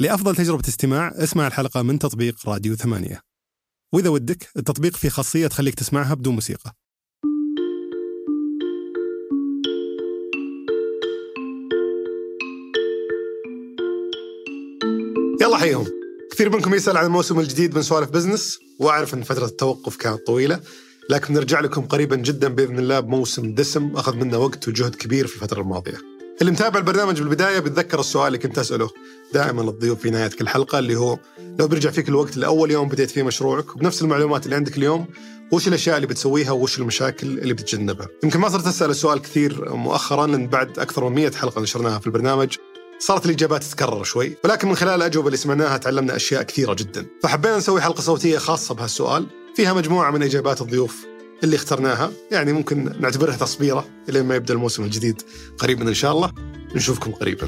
لأفضل تجربة استماع اسمع الحلقة من تطبيق راديو 8. وإذا ودك التطبيق فيه خاصية تخليك تسمعها بدون موسيقى. يلا حيهم. كثير منكم يسأل عن الموسم الجديد من سوالف بزنس، وأعرف أن فترة التوقف كانت طويلة، لكن نرجع لكم قريبا جدا بإذن الله بموسم دسم أخذ منا وقت وجهد كبير في الفترة الماضية. اللي متابع البرنامج بالبداية بيتذكر السؤال اللي كنت أسأله دائما للضيوف في نهاية كل حلقة، اللي هو لو بيرجع فيك الوقت لأول يوم بديت فيه مشروعك وبنفس المعلومات اللي عندك اليوم، وش الأشياء اللي بتسويها وش المشاكل اللي بتتجنبها؟ يمكن ما صرت أسأل السؤال كثير مؤخرا، لأن بعد أكثر من 100 حلقة نشرناها في البرنامج صارت الإجابات تتكرر شوي، ولكن من خلال الأجوبة اللي سمعناها تعلمنا أشياء كثيرة جدا. فحبينا نسوي حلقة صوتية خاصة بهالسؤال فيها مجموعة من إجابات الضيوف اللي اخترناها، يعني ممكن نعتبرها تصبيرة إلى ما يبدأ الموسم الجديد قريبا إن شاء الله. نشوفكم قريبا.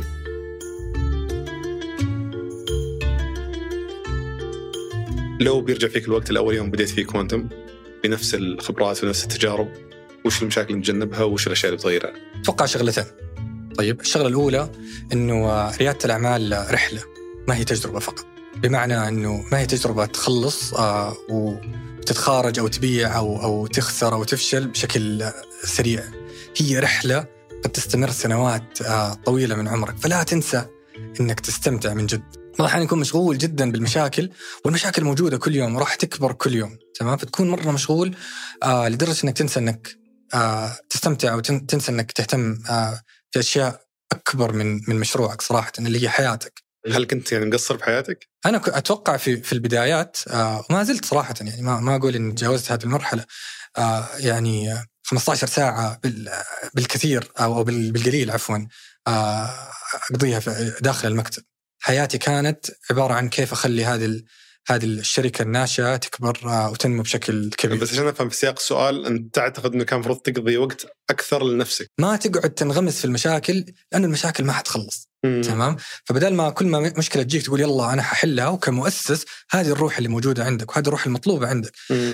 لو بيرجع فيك الوقت الأول يوم بديت فيه كوانتم بنفس الخبرات ونفس التجارب، وش المشاكل اللي نتجنبها وش الأشياء اللي بتغيرها؟ أتوقع شغلتين. طيب، الشغلة الأولى إنه ريادة الأعمال رحلة ما هي تجربة فقط، بمعنى إنه ما هي تجربة تخلص وتتخارج أو تبيع أو تخسر أو تفشل بشكل سريع. هي رحلة قد تستمر سنوات طويلة من عمرك، فلا تنسى إنك تستمتع من جد. راح يكون مشغول جدا بالمشاكل، والمشاكل موجودة كل يوم وراح تكبر كل يوم، تمام؟ فتكون مرة مشغول لدرجة إنك تنسى إنك تستمتع وتنسى إنك تهتم في أشياء أكبر من مشروعك صراحة، اللي هي حياتك. هل كنت يعني مقصر بحياتك؟ أنا أتوقع في البدايات وما زلت صراحة، يعني ما أقول إن تجاوزت هذه المرحلة. يعني 15 ساعة بالكثير أو بالقليل عفوا أقضيها داخل المكتب. حياتي كانت عبارة عن كيف أخلي هذه الشركة الناشئة تكبر وتنمو بشكل كبير. بس عشان أفهم في سياق السؤال، أنت تعتقد أنه كان المفروض تقضي وقت أكثر لنفسك، ما تقعد تنغمس في المشاكل، لأن المشاكل ما حتخلص. تمام؟ فبدل ما كل ما مشكلة تجيك تقول يلا أنا ححلها، وكمؤسس هذه الروح اللي موجودة عندك وهذه الروح المطلوبة عندك.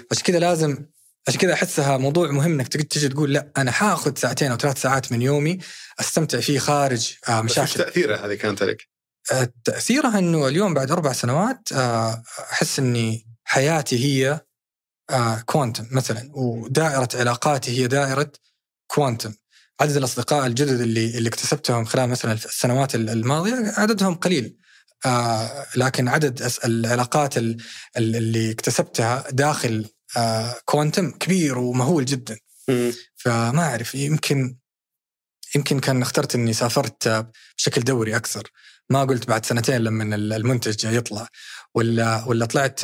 عشان كذا أحسها موضوع مهم إنك تجي تقول لا، أنا حاخذ 2 أو 3 ساعات من يومي أستمتع فيه خارج مشاكل. بس تأثيرها هذه كانت عليك؟ تأثيرها إنه اليوم بعد 4 سنوات أحس إني حياتي هي كوانتم مثلا، ودائرة علاقاتي هي دائرة كوانتم. عدد الأصدقاء الجدد اللي اكتسبتهم خلال مثلا السنوات الماضية عددهم قليل، لكن عدد العلاقات اللي اكتسبتها داخل كوانتم كبير ومهول جدا. فما أعرف، يمكن كان اخترت إني سافرت بشكل دوري أكثر، ما قلت بعد 2 لما المنتج يطلع، ولا طلعت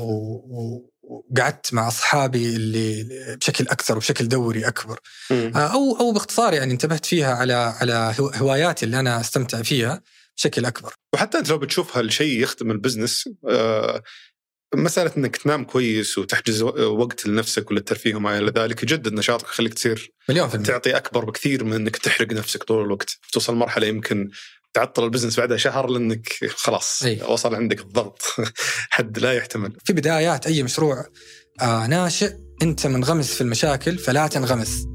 وقعدت مع أصحابي اللي بشكل أكثر وبشكل دوري أكبر. أو باختصار يعني انتبهت فيها على هواياتي اللي أنا استمتع فيها بشكل أكبر. وحتى أنت لو بتشوفها الشيء يخدم البزنس، مسألة أنك تنام كويس وتحجز وقت لنفسك وللترفيه وما إلى ذلك يجدد نشاطك، يخليك تصير تعطي أكبر بكثير من أنك تحرق نفسك طول الوقت. توصل مرحلة يمكن تعطل البزنس بعدها شهر لأنك خلاص وصل عندك الضغط حد لا يحتمل. في بدايات أي مشروع ناشئ أنت منغمس في المشاكل، فلا تنغمس.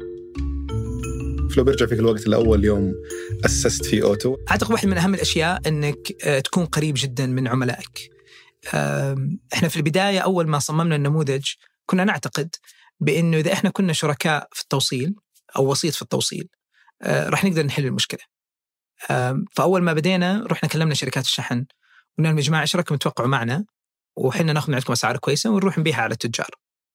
لو بيرجع فيك الوقت الأول يوم أسست فيه أوتو، أعتقد واحد من أهم الأشياء أنك تكون قريب جدا من عملائك. إحنا في البداية أول ما صممنا النموذج كنا نعتقد بأنه إذا إحنا كنا شركاء في التوصيل أو وسيط في التوصيل رح نقدر نحل المشكلة. فأول ما بدينا رحنا كلمنا شركات الشحن قلنا لهم يا جماعة إيش رأيكم تتوقعوا معنا وحنا ناخذ عندكم أسعار كويسة ونروح نبيعها على التجار.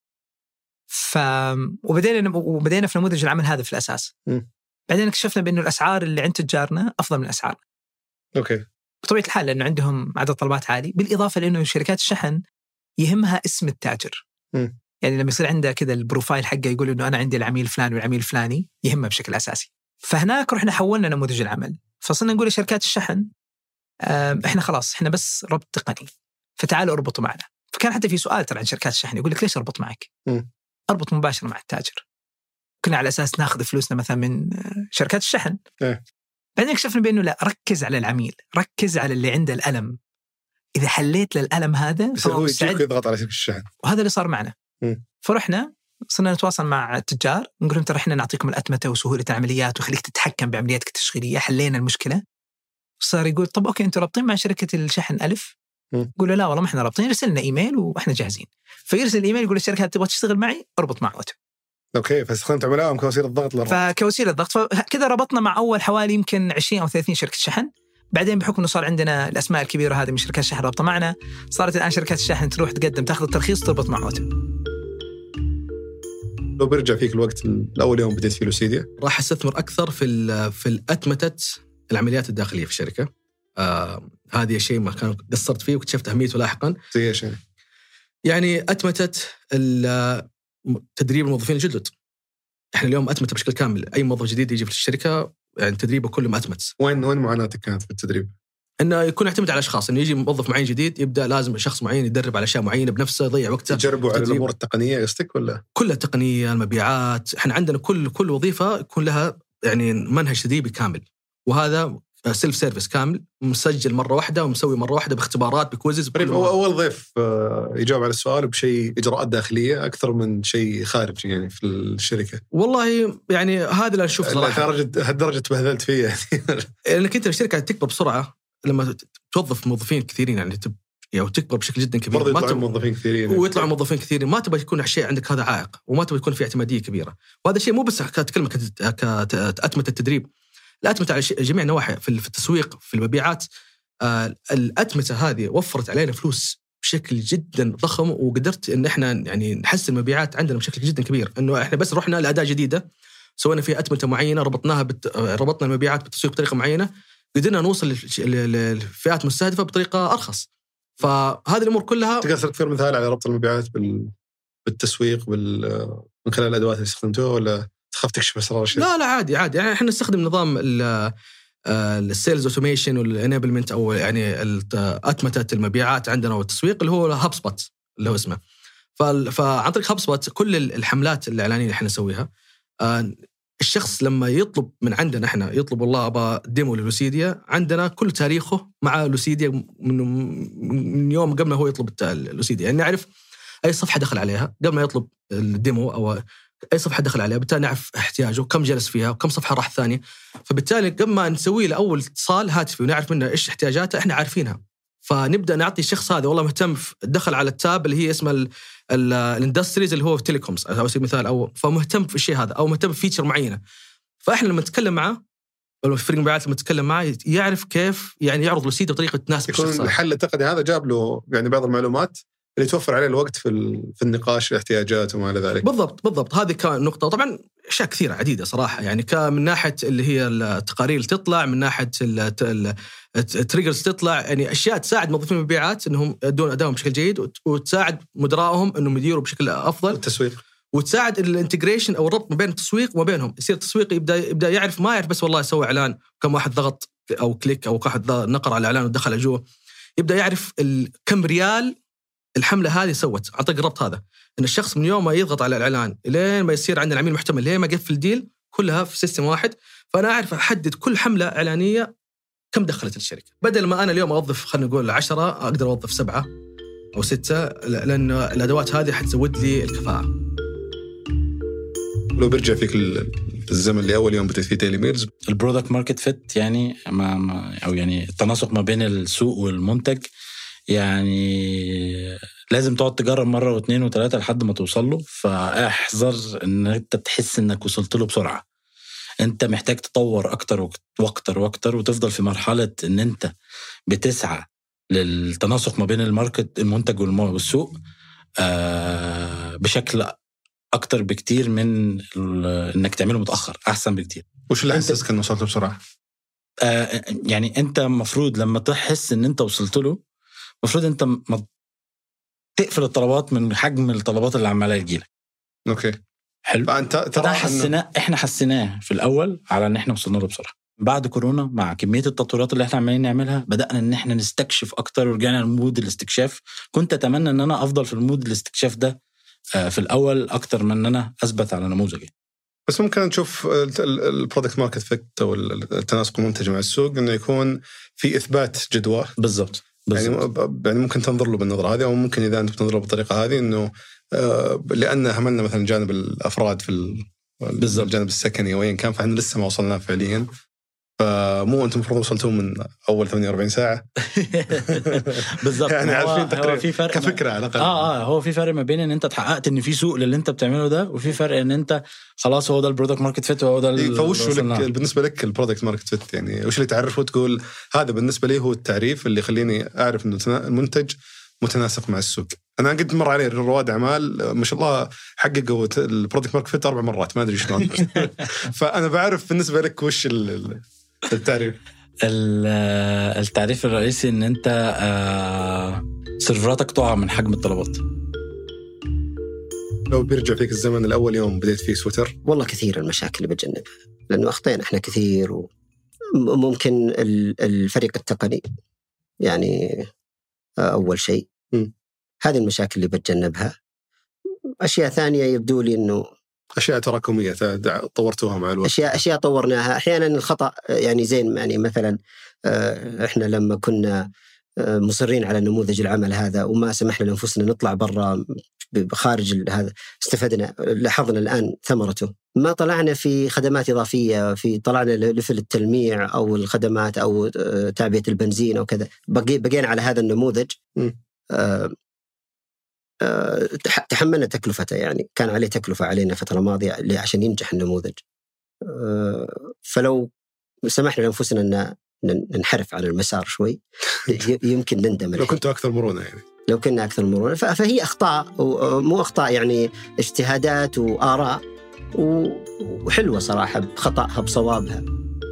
وبدينا في نموذج العمل هذا في الأساس. بعدين اكتشفنا بأنه الأسعار اللي عند تجارنا أفضل من الأسعار. أوكي. بطبيعة الحال لأنه عندهم عدد طلبات عالي، بالإضافة لأنه شركات الشحن يهمها اسم التاجر. يعني لما يصير عنده كذا البروفايل حقه يقول إنه أنا عندي العميل الفلاني والعميل الفلاني يهمه بشكل أساسي. فهناك رحنا حولنا نموذج العمل، فصرنا نقول لشركات الشحن إحنا خلاص إحنا بس ربط تقني، فتعالوا اربطوا معنا. فكان حتى في سؤال ترى عن شركات الشحن يقول لك ليش أربط معك؟ أربط مباشرة مع التاجر. كنا على أساس ناخذ فلوسنا مثلا من شركات الشحن. بعدين اكتشفنا بأنه لا، ركز على العميل، ركز على اللي عنده الألم. إذا حليت للألم هذا هو يجيك يضغط على شركة الشحن. وهذا اللي صار معنا. فرحنا صرنا نتواصل مع التجار نقول لهم ترى احنا نعطيكم الأتمتة وسهولة العمليات وخليك تتحكم بعملياتك التشغيلية. حلينا المشكلة. صار يقول طب أوكي أنتوا رابطين مع شركة الشحن ألف؟ يقول لا والله ما إحنا رابطين، يرسلنا إيميل وإحنا جاهزين. فيرسل إيميل يقول الشركة تبغى تشتغل معي أربط مع أوتو. أوكي، فاستخدمت عملائهم كوسيلة ضغط للربط. فكوسيلة ضغط، فكذا ربطنا مع أول حوالي يمكن 20 أو 30 شركة شحن. بعدين بحكم إنه صار عندنا الأسماء الكبيرة هذه من شركات الشحن رابطة معنا، صارت الآن شركات الشحن تروح تقدم تأخذ الترخيص تربط مع أوتو. لو برجع فيك الوقت الأول يوم بديت في لوسيديا، راح أستثمر أكثر في الأتمتة العمليات الداخلية في الشركة. هذه شيء ما كان قصرت فيه واكتشفت أهميته لاحقا. زي إيش يعني أتمتة تدريب الموظفين الجدد. إحنا اليوم أتمتة بشكل كامل. أي موظف جديد يجي في الشركة يعني تدريبه كله مأتمت. وين معاناتك كانت في التدريب؟ إنه يكون يعتمد على أشخاص، إنه يجي موظف معين جديد يبدأ لازم شخص معين يدرب على أشياء معينة بنفسه، يضيع وقته. تجربوا على الأمور التقنية قصدك ولا؟ كل التقنية، المبيعات. إحنا عندنا كل وظيفة يكون لها يعني منهج تدريبي كامل، وهذا سيلف سيرفيس كامل مسجل مرة واحدة ومسوي مرة واحدة باختبارات بكويزز. أول ضيف يجاوب على السؤال بشيء إجراءات داخلية أكثر من شيء خارجي يعني في الشركة. والله يعني هذا اللي أشوف صراحة. هالدرجة تبهذلت فيه يعني. لأنك أنت الشركة تكبر بسرعة لما توظف موظفين كثيرين، يعني تكبر بشكل جدا كبير. برضه يطلعوا موظفين كثيرين ويطلعوا موظفين كثيرين، ما تبغى يكون شيء عندك هذا عائق، وما تبغى يكون في اعتمادية كبيرة. وهذا الشيء مو بس كتكلمة كأتمة التدريب، الأتمتة على جميع النواحي، في التسويق، في المبيعات. الأتمتة هذه وفرت علينا فلوس بشكل جدا ضخم، وقدرت إن إحنا يعني نحسن المبيعات عندنا بشكل جدا كبير. إنه إحنا بس رحنا لأداة جديدة سوينا فيها أتمتة معينة، ربطنا المبيعات بالتسويق بطريقة معينة، قدرنا نوصل للفئات مستهدفة بطريقة أرخص. فهذه الأمور كلها. تقدر تذكر مثال على ربط المبيعات بالتسويق من خلال الأدوات اللي استخدمتوها، ولا تخاف تكشف أسرار الشيء؟ لا عادي يعني إحنا نستخدم نظام السيلز اوتوميشن والانيبلمنت، او يعني أتمتة المبيعات عندنا والتسويق، اللي هو هاب سبوت اللي هو اسمه. فعن طريق هاب سبوت كل الحملات الإعلانية اللي إحنا نسويها، الشخص لما يطلب من عندنا، إحنا يطلب والله أبغى ديمو للوسيديا، عندنا كل تاريخه مع لوسيديا من يوم قبل ما هو يطلب لوسيديا. يعني نعرف أي صفحة دخل عليها قبل ما يطلب الديمو، أو أي صفحة دخل عليها، بالتالي نعرف احتياجه، كم جلس فيها، وكم صفحة راح ثانية. فبالتالي قبل ما نسوي له أول اتصال هاتفي ونعرف منه إيش احتياجاته، إحنا عارفينها. فنبدأ نعطي الشخص هذا والله مهتم دخل على التاب اللي هي اسمها الاندستريز اللي هو في تيليكومز على سبيل المثال، أو فمهتم في الشيء هذا، أو مهتم في فيتشر معينة. فإحنا لما نتكلم معه، ولا فريق المبيعات لما نتكلم معه، يعرف كيف يعني يعرض لوسيديا بطريقة تناسب الشخص. يكون الحل التقني هذا جاب له يعني بعض المعلومات اللي توفر عليه الوقت في النقاش الاحتياجات وما إلى ذلك. بالضبط هذه كنقطة. طبعا أشياء كثيرة عديدة صراحة، يعني من ناحية اللي هي التقارير اللي تطلع، من ناحية التريجرز تطلع، يعني أشياء تساعد موظفين المبيعات أنهم يدون أدائهم بشكل جيد، وتساعد مدراءهم أنهم يديروا بشكل أفضل. التسويق، وتساعد الانتجريشن أو الربط ما بين التسويق وما بينهم. يصير التسويق يبدأ يعرف، ما يعرف بس والله يسوي إعلان كم واحد ضغط أو كليك أو واحد نقر على الإعلان ودخل جوا، يبدأ يعرف كم ريال الحملة هذه سوت عن طريق الربط هذا. إن الشخص من يوم ما يضغط على الإعلان لين ما يصير عندنا العميل محتمل، لين ما يقفل ديل، كلها في سيستم واحد. فأنا أعرف أحدد كل حملة إعلانية كم دخلت الشركة، بدل ما أنا اليوم أوظف خلينا نقول 10 أقدر أوظف 7 أو 6، لأن الأدوات هذه حتزود لي الكفاءة. لو برجع فيك الزمن اللي أول يوم بدأت فيه ديلي ميلز، البرودكت ماركت فيت، يعني أو يعني التناسق ما بين السوق والمنتج، يعني لازم تقعد تجرب مرة واثنين وثلاثة لحد ما توصل له. فاحذر ان انت تحس انك وصلت له بسرعة. انت محتاج تطور اكتر واكتر واكتر، وتفضل في مرحلة ان انت بتسعى للتناسق ما بين المنتج والسوق بشكل اكتر بكتير من انك تعمله متأخر. احسن بكتير. وش اللي حسسك انه وصلت له بسرعة؟ يعني انت مفروض لما تحس ان انت وصلت له، مفروض انت تقفل الطلبات من حجم الطلبات اللي عمالة يجيلك. اوكي حلو. احنا حسيناه في الاول على ان احنا وصلنا له بسرعه. بعد كورونا مع كميه التطويرات اللي احنا عمالين نعملها، بدانا ان احنا نستكشف اكتر، ورجعنا لمود الاستكشاف. كنت اتمنى ان انا افضل في المود الاستكشاف ده في الاول اكتر من ان انا اثبت على نموذجي. بس ممكن نشوف البرودكت ماركت فيت او التناسق المنتج مع السوق انه يكون في اثبات جدوى. بالضبط. يعني ممكن تنظر له بالنظرة هذه، أو ممكن إذا أنت بتنظر له بالطريقة هذه إنه لأن هملنا مثلا جانب الأفراد في الجانب السكني وين كان، فإحنا لسه ما وصلنا فعليا. فمو أنتم المفروض وصلتوا من أول 48 ساعة. بالضبط. يعني عارفين تقريبا في فرق كفكرة على الأقل. هو في فرق ما بين إن أنت تحققت إن في سوق للي أنت بتعمله ده، وفي فرق إن أنت خلاص هو ده البرودكت ماركت فيت وهو ده. فوش لك بالنسبة لك البرودكت ماركت فيت؟ يعني وش اللي تعرفه وتقول هذا بالنسبة لي هو التعريف اللي يخليني أعرف إنه المنتج متناسق مع السوق. أنا قد مر عليه رواد أعمال ما شاء الله حققوا البرودكت ماركت فيت 4 مرات، ما أدري شلون. فأنا بعرف بالنسبة لك وش التعريف. التعريف الرئيسي إن أنت سيرفراتك تقع من حجم الطلبات. لو بيرجع فيك الزمن الأول يوم بديت فيه سويتر، والله كثير المشاكل اللي بتجنبها، لأنه أخطينا إحنا كثير، وممكن الفريق التقني يعني أول شيء هذه المشاكل اللي بتجنبها. أشياء ثانية يبدو لي إنه أشياء تراكمية طورتوها مع الوقت. أشياء طورناها. أحيانا الخطأ يعني زين، يعني مثلا إحنا لما كنا مصرين على نموذج العمل هذا وما سمحنا لأنفسنا نطلع برا بخارج هذا، استفدنا، لاحظنا الآن ثمرته. ما طلعنا في خدمات إضافية، طلعنا لفل التلميع أو الخدمات أو تعبئة البنزين أو كذا، بقينا على هذا النموذج. تحملنا تكلفته، يعني كان عليه تكلفة علينا فترة ماضية عشان ينجح النموذج. فلو سمحنا لأنفسنا أن ننحرف على المسار شوي يمكن نندم. لو كنتوا أكثر مرونة، يعني لو كنا أكثر مرونة، فهي أخطاء مو أخطاء، يعني اجتهادات وآراء وحلوة صراحة بخطأها بصوابها.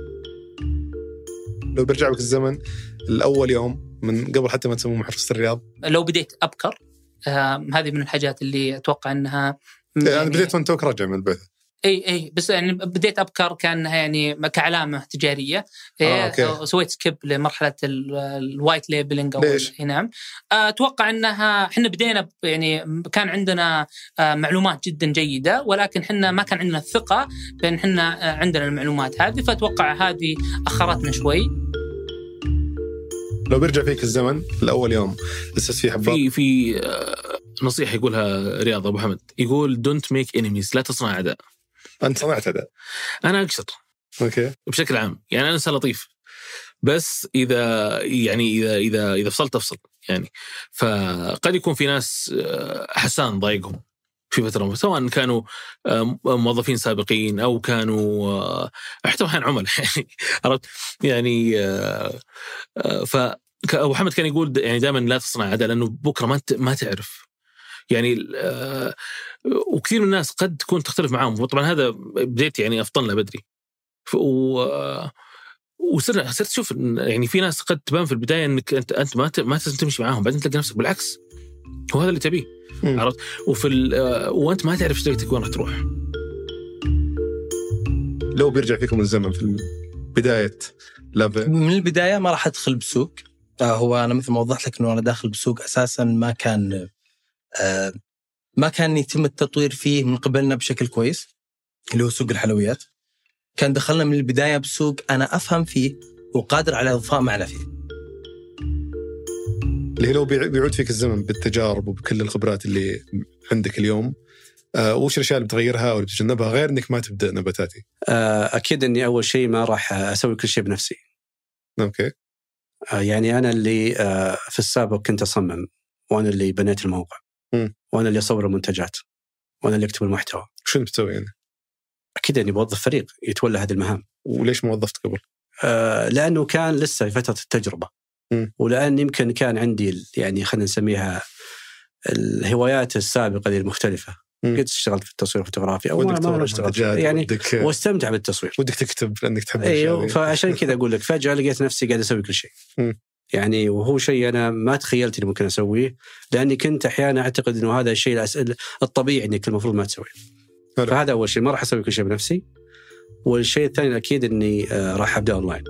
لو برجع بك الزمن الأول يوم من قبل حتى ما تسموه محرص الرياض، لو بديت أبكر، هذه من الحاجات اللي أتوقع أنها يعني بديت وأنت راجع من البيت. اي بس يعني بديت ابكر كانها يعني كعلامه تجاريه. سويت سكيب لمرحله الوايت ليبلينج او نعم. اتوقع انها احنا بدينا يعني كان عندنا معلومات جدا جيده، ولكن احنا ما كان عندنا الثقه بان احنا عندنا المعلومات هذه، فاتوقع هذه اخرتنا شوي. لو بيرجع فيك الزمن الاول يوم لسه في حبات، في نصيحه يقولها رياض ابو حمد، يقول دونت ميك انيميز، لا تصنع اعداء. أنت صنعت هذا؟ أنا أقصر. أوكي. بشكل عام يعني أنا إنسان لطيف، بس إذا فصلت أفصل يعني. فقد يكون في ناس حسان ضايقهم في فترة، سواء كانوا موظفين سابقين أو كانوا حتى أحيانا عملاء يعني عرفت يعني. فأبو حمد كان يقول يعني دائما لا تصنع عداء، لأنه بكرة ما تعرف يعني. وكثير من الناس قد تكون تختلف معاهم، وطبعا هذا بديت يعني أفطن بدري. وصرت تشوف يعني في ناس قد تبان في البداية أنك أنت ما تمشي معاهم، بعدين تلاقي نفسك بالعكس هو هذا اللي تبيه، عرفت؟ وأنت ما تعرف طريقتك وين راح تروح. لو بيرجع فيكم الزمن في بداية لابا، من البداية ما راح أدخل بسوق. هو أنا مثل ما وضحت لك أنه أنا داخل بسوق أساسا ما كان يتم التطوير فيه من قبلنا بشكل كويس، اللي هو سوق الحلويات. كان دخلنا من البداية بسوق أنا أفهم فيه وقادر على إضفاء معنى فيه. اللي لو بيعود فيك الزمن بالتجارب وبكل الخبرات اللي عندك اليوم، وش الأشياء اللي بتغيرها أو اللي بتجنبها غير إنك ما تبدأ نباتاتي؟ أكيد إني أول شيء ما راح أسوي كل شيء بنفسي. أوكي. يعني أنا اللي في السابق كنت أصمم، وأنا اللي بنيت الموقع، وأنا اللي أصور المنتجات، وأنا اللي أكتب المحتوى. شو أنت بتسوي يعني؟ أكيد أني بوظف فريق يتولى هذه المهام. وليش ما وظفت قبل؟ لأنه كان لسه فترة التجربة، ولأن يمكن كان عندي يعني خلينا نسميها الهوايات السابقة المختلفة. قد اشتغلت في التصوير الفوتوغرافي أو ما اشتغلت يعني، واستمتع بالتصوير، ودك تكتب لأنك تحب أيوه. فعشان كذا أقول لك فجأة لقيت نفسي قاعد أسوي كل شيء. يعني وهو شيء أنا ما تخيلت إني ممكن أسويه، لأني كنت أحيانا أعتقد إنه هذا الشيء الطبيعي إنك المفروض ما تسويه. فهذا أول شيء، ما راح أسوي كل شيء بنفسي. والشيء الثاني أكيد إني راح أبدأ أونلاين.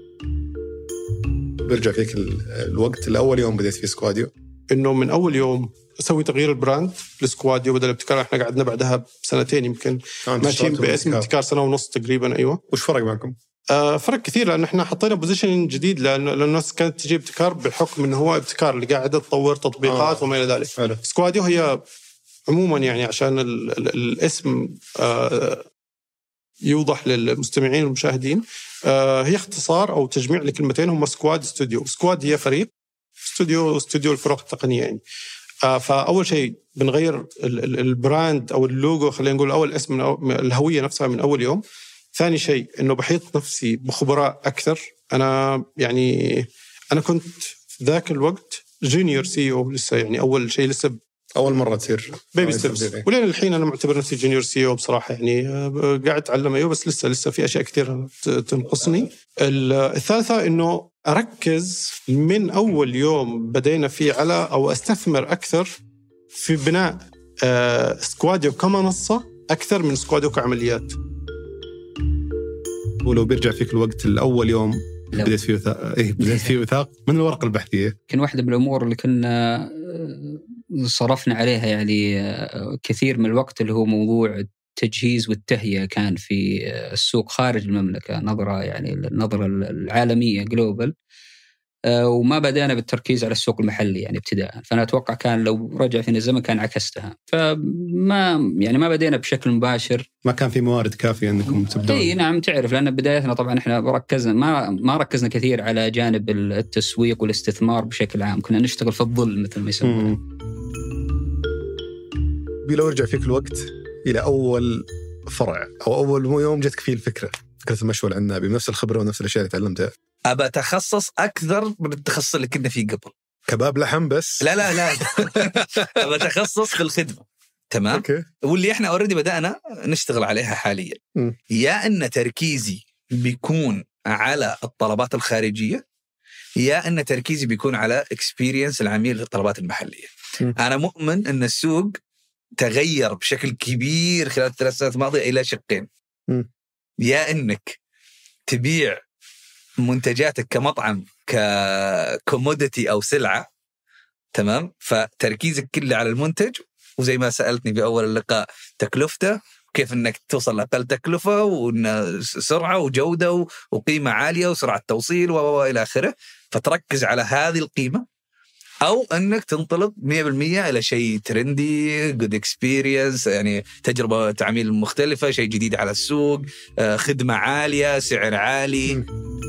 برجع فيك الوقت الأول يوم بديت في سكواديو، إنه من أول يوم أسوي تغيير البراند لسكواديو بدل الابتكار. إحنا قعدنا بعدها بسنتين يمكن ماشيين باسم ابتكار، سنة ونص تقريبا. أيوة. وش فرق معكم؟ فرق كثير، لأن إحنا حطينا بوزيشن جديد، لأن الناس كانت تجي ابتكار بحكم إنه هو ابتكار اللي قاعد تطور تطبيقات وما إلى ذلك. سكواديو هي عموما يعني عشان الاسم يوضح للمستمعين والمشاهدين. هي اختصار أو تجميع لكلمتين هم سكواد ستوديو. سكواد هي فريق، ستوديو الفروق التقنية يعني. فأول شيء بنغير البراند أو اللوجو، خلينا نقول أول اسم الهوية نفسها من أول يوم. ثاني شيء إنه بحيط نفسي بخبراء أكثر. أنا كنت ذاك الوقت جونيور CEO لسه، يعني أول شيء لسه أول مرة تصير بيبي ستيبس، ولين الحين أنا معتبر نفسي جونيور CEO بصراحة، يعني قاعد أتعلم أيوه، بس لسه في أشياء كثير تنقصني. الثالثة إنه أركز من أول يوم بدينا فيه على أو أستثمر أكثر في بناء سكواديو كمنصة أكثر من سكواديو كعمليات. ولو بيرجع فيك الوقت الأول يوم بديت فيه وثاق من الورقة البحثية، كان واحدة من الأمور اللي كنا صرفنا عليها يعني كثير من الوقت، اللي هو موضوع التجهيز والتهيئة. كان في السوق خارج المملكة نظرة، يعني النظرة العالمية جلوبال، وما بدأنا بالتركيز على السوق المحلي يعني ابتداء. فأنا أتوقع كان لو رجع فينا الزمن كان عكستها، ما بدينا بشكل مباشر، ما كان في موارد كافية أنكم تبدأون. إيه نعم، تعرف لأن بدايتنا طبعا إحنا ما ركزنا كثير على جانب التسويق والاستثمار بشكل عام، كنا نشتغل في الظل مثل ما يسمونه. لو رجع فيك الوقت إلى أول فرع أو أول يوم جتك فيه فكرة المشوى العنابي، بنفس الخبرة ونفس الأشياء اللي تعلمتها، أبى أتخصص أكثر من التخصص اللي كنا فيه قبل. كباب لحم بس؟ لا أبى أتخصص في الخدمة. تمام. أوكي. واللي إحنا أوريدي بدأنا نشتغل عليها حاليا. يا أن تركيزي بيكون على الطلبات الخارجية، يا أن تركيزي بيكون على experience العميل في الطلبات المحلية. أنا مؤمن أن السوق تغير بشكل كبير خلال 3 سنوات الماضية إلى شقين. يا أنك تبيع منتجاتك كمطعم ككوموديتي أو سلعة، تمام، فتركيزك كله على المنتج، وزي ما سألتني في أول اللقاء تكلفته، كيف أنك توصل لأقل تكلفة وسرعة وجودة وقيمة عالية وسرعة توصيل وإلى آخره، فتركز على هذه القيمة. أو أنك تنطلق 100% إلى شيء ترندي، good experience، يعني تجربة تعميل مختلفة، شيء جديد على السوق، خدمة عالية، سعر عالي.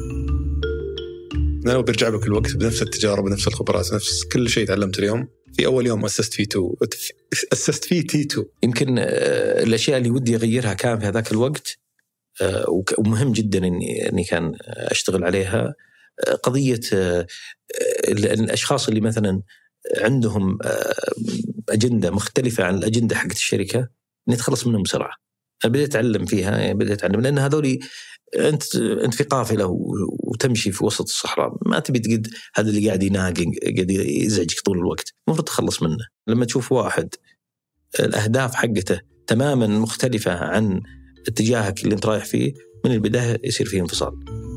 لو برجع بك الوقت بنفس التجارب، بنفس الخبرات، نفس كل شيء تعلمت اليوم، في أول يوم أسست فيه T2. يمكن الأشياء اللي ودي أغيرها كان في هذاك الوقت، ومهم جدا إني كان أشتغل عليها، قضية الأشخاص اللي مثلا عندهم أجندة مختلفة عن الأجندة حقت الشركة، نتخلص منهم بسرعة. أنا بديت أتعلم فيها، لأن هذولي أنت في قافلة وتمشي في وسط الصحراء، ما تبي تقد هذا اللي قاعد يناقق قاعد يزعجك طول الوقت، المفروض تخلص منه. لما تشوف واحد الأهداف حقته تماما مختلفة عن اتجاهك اللي أنت رايح فيه، من البداية يصير فيه انفصال.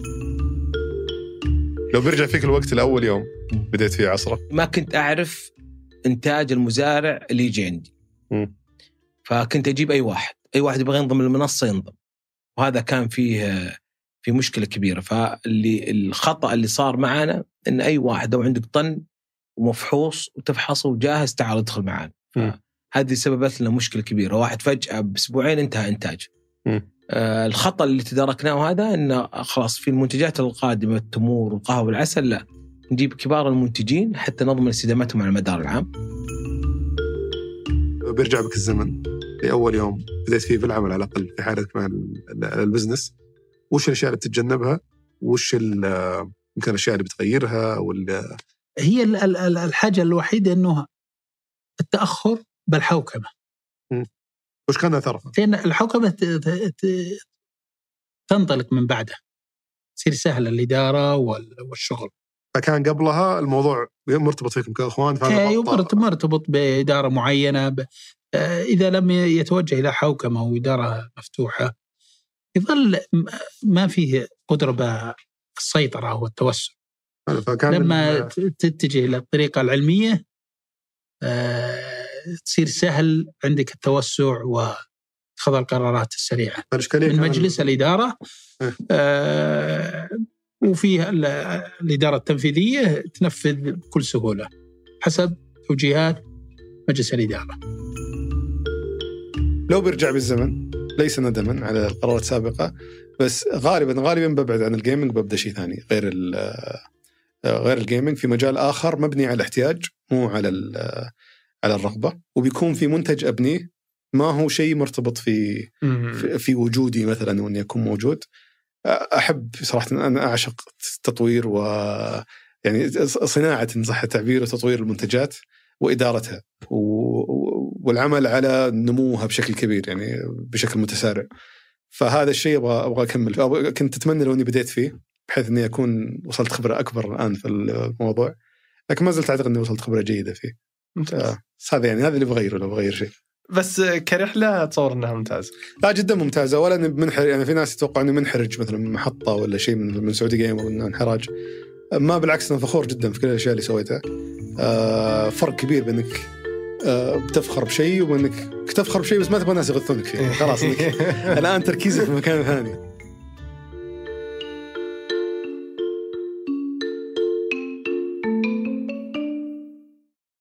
لو برجع فيك الوقت الأول يوم بديت فيه عصرة، ما كنت أعرف إنتاج المزارع اللي يجي عندي. فكنت أجيب أي واحد يبغى ينضم للمنصة ينضم، وهذا كان فيه مشكلة كبيرة. الخطأ اللي صار معنا إن أي واحد لو عندك طن ومفحوص وتفحصه وجاهز تعال ادخل معنا. هذه سببت لنا مشكلة كبيرة، واحد فجأة بأسبوعين انتهى إنتاج. الخطأ اللي تداركناه هذا إنه خلاص في المنتجات القادمة، التمور والقهوة والعسل، لا، نجيب كبار المنتجين حتى نضمن استدامتهم على المدار العام. بيرجع بك الزمن لأول يوم بديت فيه بالعمل على الأقل في حالتك مع البزنس، وش الأشياء اللي بتتجنبها، وش يمكن الأشياء اللي بتغيرها؟ هي الحاجة الوحيدة إنه التأخر بالحوكمة. وش كان أثرها؟ لأن الحوكمة تنطلق من بعدها، تصير سهلة الإدارة والشغل. فكان قبلها الموضوع مرتبط فيكم كأخوان، مرتبط بإدارة معينة. إذا لم يتوجه إلى حوكمة وإدارة مفتوحة يظل ما فيه قدرة بالسيطرة والتوسع. لما تتجه إلى الطريقة العلمية تصير سهل عندك التوسع واتخاذ القرارات السريعة من مجلس الإدارة، وفيها الإدارة التنفيذية تنفذ بكل سهولة حسب توجيهات مجلس الإدارة. لو برجع بالزمن ليس ندما على القرارات السابقة، بس غالبا ببعد عن الجيمنج، ببدأ شيء ثاني غير الجيمنج في مجال آخر مبني على الاحتياج مو على الرغبة، وبيكون في منتج أبنيه ما هو شيء مرتبط في وجودي مثلا وإني أكون موجود. أحب صراحة، أنا أعشق التطوير يعني صناعة إن صح التعبير، وتطوير المنتجات وإدارتها والعمل على نموها بشكل كبير، يعني بشكل متسارع. فهذا الشيء أبغى أكمل. كنت أتمنى لو أني بديت فيه بحيث أني أكون وصلت خبرة أكبر الآن في الموضوع، لكن ما زلت أعتقد أني وصلت خبرة جيدة فيه. هذا يعني هذا اللي بغيره لو بغير شيء. بس كرحلة تصور أنها ممتازة؟ لا جدا ممتازة. ولا منحرج، يعني في ناس يتوقع أني منحرج مثلا من محطة ولا شيء من سعودي جيم أو إنه انحراج. ما بالعكس، أنا فخور جدا في كل الأشياء اللي سويتها. فرق كبير بينك بتفخر بشيء وبينك تفخر بشيء بس ما تبغى الناس يغثونك فيه. خلاص الآن تركيزك في مكان ثاني.